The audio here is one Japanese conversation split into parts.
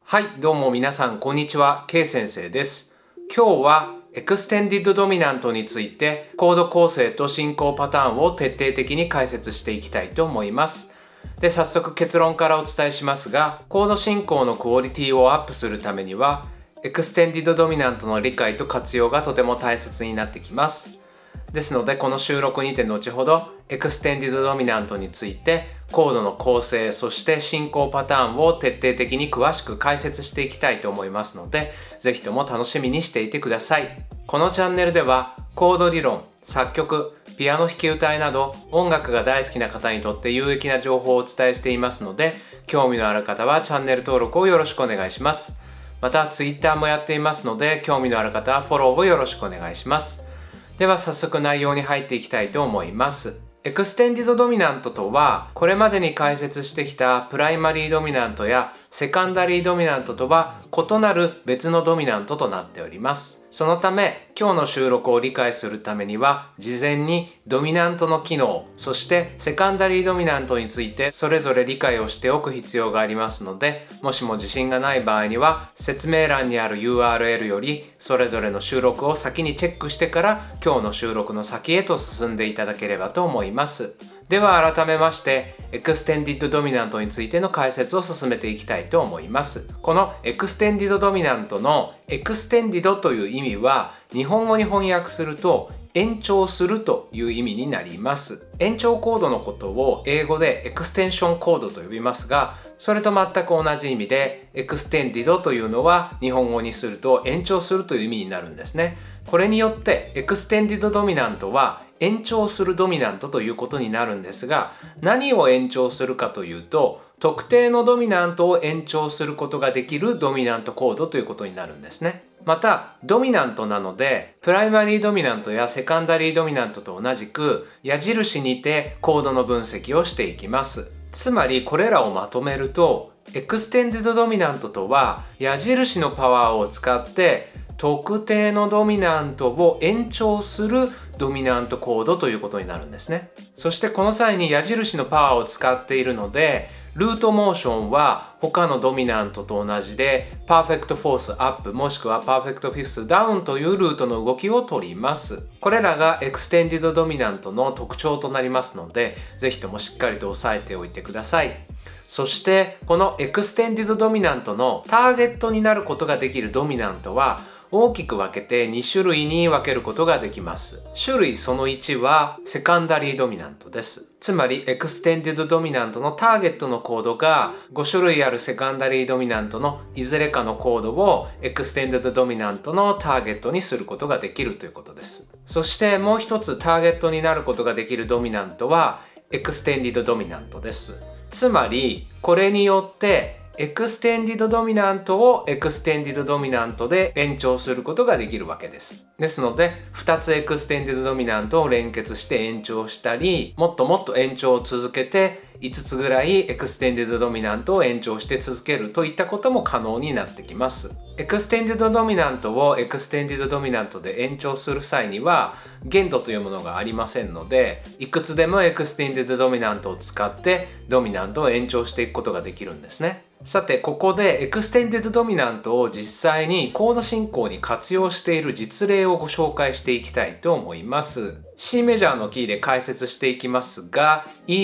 はい、どうも皆さんこんにちは、K 先生です。今日はエクステンディッドドミナントについてコード構成と進行パターンを徹底的に解説していきたいと思います。で、早速結論からお伝えしますが、コード進行のクオリティをアップするためにはエクステンディッドドミナントの理解と活用がとても大切になってきます。ですのでこの収録にて後ほどエクステンディッドドミナントについてコードの構成そして進行パターンを徹底的に詳しく解説していきたいと思いますので、ぜひとも楽しみにしていてください。このチャンネルではコード理論、作曲、ピアノ弾き歌いなど音楽が大好きな方にとって有益な情報をお伝えしていますので、興味のある方はチャンネル登録をよろしくお願いします。また Twitter もやっていますので、興味のある方はフォローをよろしくお願いします。では早速内容に入っていきたいと思います。エクステンディドドミナントとは、これまでに解説してきたプライマリードミナントやセカンダリードミナントとは異なる別のドミナントとなっております。そのため今日の収録を理解するためには事前にドミナントの機能、そしてセカンダリードミナントについてそれぞれ理解をしておく必要がありますので、もしも自信がない場合には説明欄にある URL よりそれぞれの収録を先にチェックしてから今日の収録の先へと進んでいただければと思います。では改めましてエクステンディッドドミナントについての解説を進めていきたいと思います。このエクステンディドドミナントのエクステンディドという意味は日本語に翻訳すると延長するという意味になります。延長コードのことを英語でエクステンションコードと呼びますが、それと全く同じ意味でエクステンディドというのは日本語にすると延長するという意味になるんですね。これによってエクステンディドドミナントは延長するドミナントということになるんですが、何を延長するかというと、特定のドミナントを延長することができるドミナントコードということになるんですね。またドミナントなのでプライマリードミナントやセカンダリードミナントと同じく矢印にてコードの分析をしていきます。つまりこれらをまとめると、エクステンディドドミナントとは矢印のパワーを使って特定のドミナントを延長するドミナントコードということになるんですね。そしてこの際に矢印のパワーを使っているので、ルートモーションは他のドミナントと同じでパーフェクトフォースアップもしくはパーフェクトフィフスダウンというルートの動きを取ります。これらがエクステンディドドミナントの特徴となりますので、ぜひともしっかりと押さえておいてください。そしてこのエクステンディドドミナントのターゲットになることができるドミナントは大きく分けて2種類に分けることができます。種類その1はセカンダリードミナントです。つまりエクステンディドドミナントのターゲットのコードが5種類あるセカンダリードミナントのいずれかのコードをエクステンディドドミナントのターゲットにすることができるということです。そしてもう一つターゲットになることができるドミナントはエクステンディドドミナントです。つまりこれによってエクステンディドドミナントをエクステンディドドミナントで延長することができるわけです。ですので2つエクステンディドドミナントを連結して延長したり、もっともっと延長を続けて5つぐらいエクステンディドドミナントを延長して続けるといったことも可能になってきます。エクステンディドドミナントをエクステンディドドミナントで延長する際には限度というものがありませんので、いくつでもエクステンディドドミナントを使ってドミナントを延長していくことができるんですね。さてここでエクステンディドドミナントを実際にコード進行に活用している実例をご紹介していきたいと思います。C メジャーのキーで解説していきますが、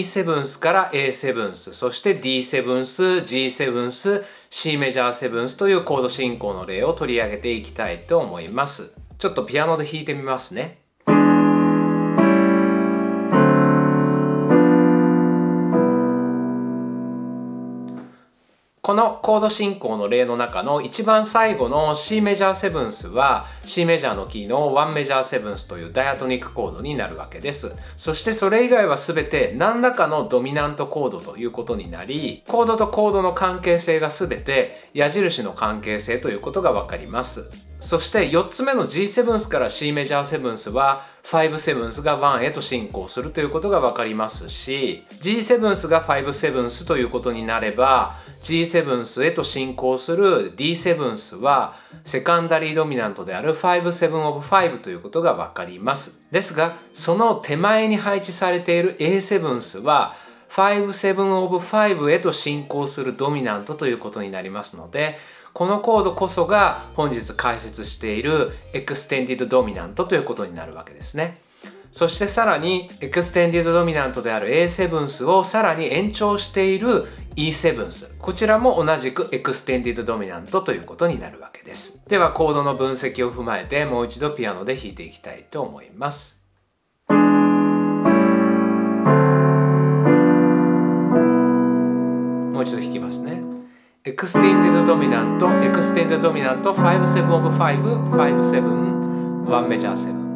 E7 から A7、そして D7、G7、C メジャー7というコード進行の例を取り上げていきたいと思います。ちょっとピアノで弾いてみますね。このコード進行の例の中の一番最後の C メジャーセブンスは C メジャーのキーの1メジャーセブンスというダイアトニックコードになるわけです。そしてそれ以外は全て何らかのドミナントコードということになり、コードとコードの関係性が全て矢印の関係性ということがわかります。そして4つ目の G7 から C メジャーセブンスは5/7が1へと進行するということが分かりますし、 G7 が5/7ということになれば G7 へと進行する D7 はセカンダリードミナントである5/7 ということが分かります。ですがその手前に配置されている A7 は 5-7 of 5へと進行するドミナントということになりますので、このコードこそが本日解説している Extended Dominant ということになるわけですね。そしてさらに Extended Dominant である A7 をさらに延長している E7、こちらも同じく Extended Dominant ということになるわけです。ではコードの分析を踏まえてもう一度ピアノで弾いていきたいと思います。もう一度弾きますね。Extended Dominant, Extended Dominant, 5-7 of 5, 5-7, 1 Major 7。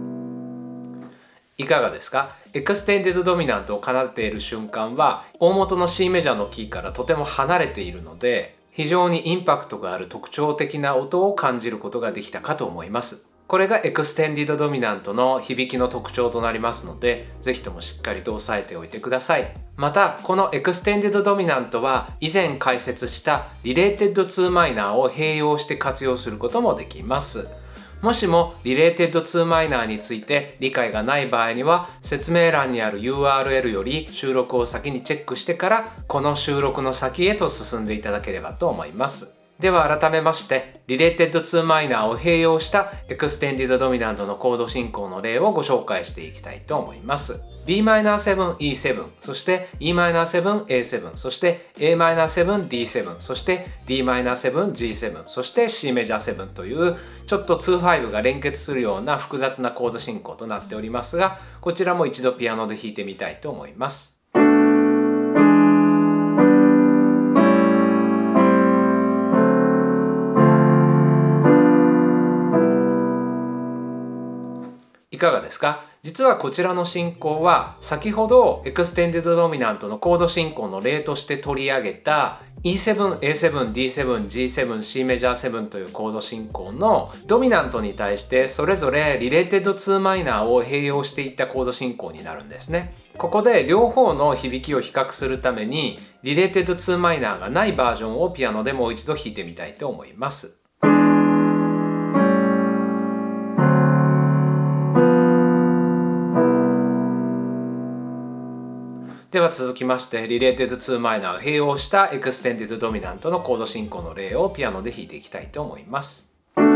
いかがですか？ Extended Dominant を奏でている瞬間は大元の C メジャーのキーからとても離れているので、非常にインパクトがある特徴的な音を感じることができたかと思います。これが Extended Dominant の響きの特徴となりますので、ぜひともしっかりと押さえておいてください。また、この Extended Dominant は以前解説した Related to Minor を併用して活用することもできます。もしも Related to Minor について理解がない場合には、説明欄にある URL より収録を先にチェックしてから、この収録の先へと進んでいただければと思います。では改めまして、Related to Minor を併用した Extended Dominant のコード進行の例をご紹介していきたいと思います。Bm7、E7、そして Em7、A7、そして Am7、D7、そして Dm7、G7、そして C メジャー7というちょっと2-5が連結するような複雑なコード進行となっておりますが、こちらも一度ピアノで弾いてみたいと思います。いかがですか？実はこちらの進行は先ほど Extended Dominant のコード進行の例として取り上げた E7、A7、D7、G7、C メジャー7というコード進行のドミナントに対してそれぞれ Related to Minor を併用していったコード進行になるんですね。ここで両方の響きを比較するために Related to Minor がないバージョンをピアノでもう一度弾いてみたいと思います。では続きまして Related to Minor を併用した Extended Dominant のコード進行の例をピアノで弾いていきたいと思います。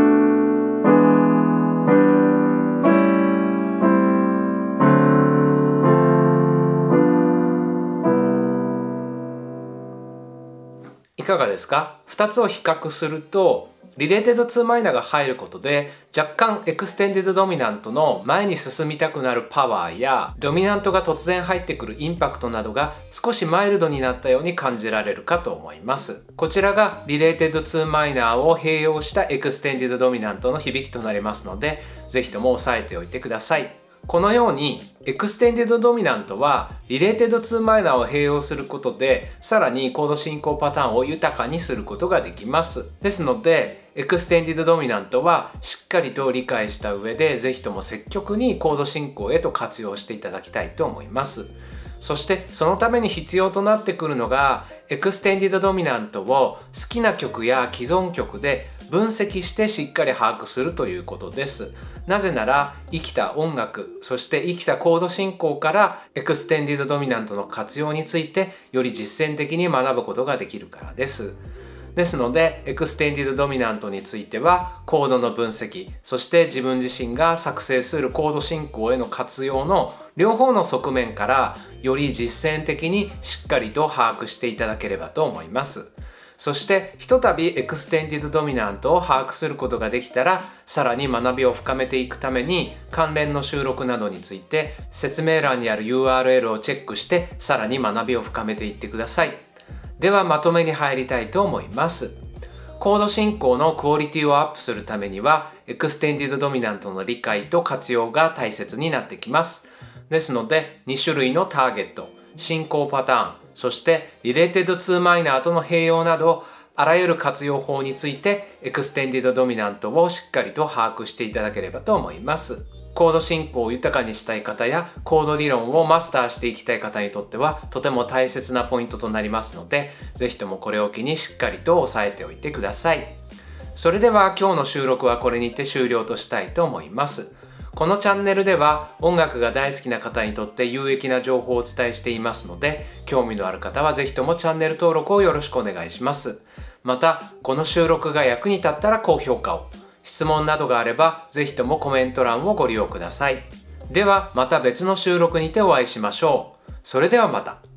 いかがですか？2つを比較するとRelated to Minor が入ることで若干 Extended Dominant の前に進みたくなるパワーやドミナントが突然入ってくるインパクトなどが少しマイルドになったように感じられるかと思います。こちらが Related to Minor を併用した Extended Dominant の響きとなりますので、ぜひとも押さえておいてください。このように Extended Dominant は Related to Minor を併用することでさらにコード進行パターンを豊かにすることができます。ですので Extended Dominant はしっかりと理解した上でぜひとも積極にコード進行へと活用していただきたいと思います。そしてそのために必要となってくるのが Extended Dominant を好きな曲や既存曲で分析してしっかり把握するということです。なぜなら生きた音楽、そして生きたコード進行からExtended Dominant の活用についてより実践的に学ぶことができるからです。ですので Extended Dominant についてはコードの分析、そして自分自身が作成するコード進行への活用の両方の側面からより実践的にしっかりと把握していただければと思います。そしてひとたび Extended Dominant を把握することができたらさらに学びを深めていくために関連の収録などについて説明欄にある URL をチェックしてさらに学びを深めていってください。ではまとめに入りたいと思います。コード進行のクオリティをアップするためには Extended Dominant の理解と活用が大切になってきます。ですので2種類のターゲット、進行パターン、そして Related to Minor との併用などあらゆる活用法について Extended Dominant をしっかりと把握していただければと思います。コード進行を豊かにしたい方やコード理論をマスターしていきたい方にとってはとても大切なポイントとなりますので、ぜひともこれを機にしっかりと押さえておいてください。それでは今日の収録はこれにて終了としたいと思います。 このチャンネルでは音楽が大好きな方にとって有益な情報をお伝えしていますので、興味のある方はぜひともチャンネル登録をよろしくお願いします。また、この収録が役に立ったら高評価を。質問などがあればぜひともコメント欄をご利用ください。ではまた別の収録にてお会いしましょう。それではまた。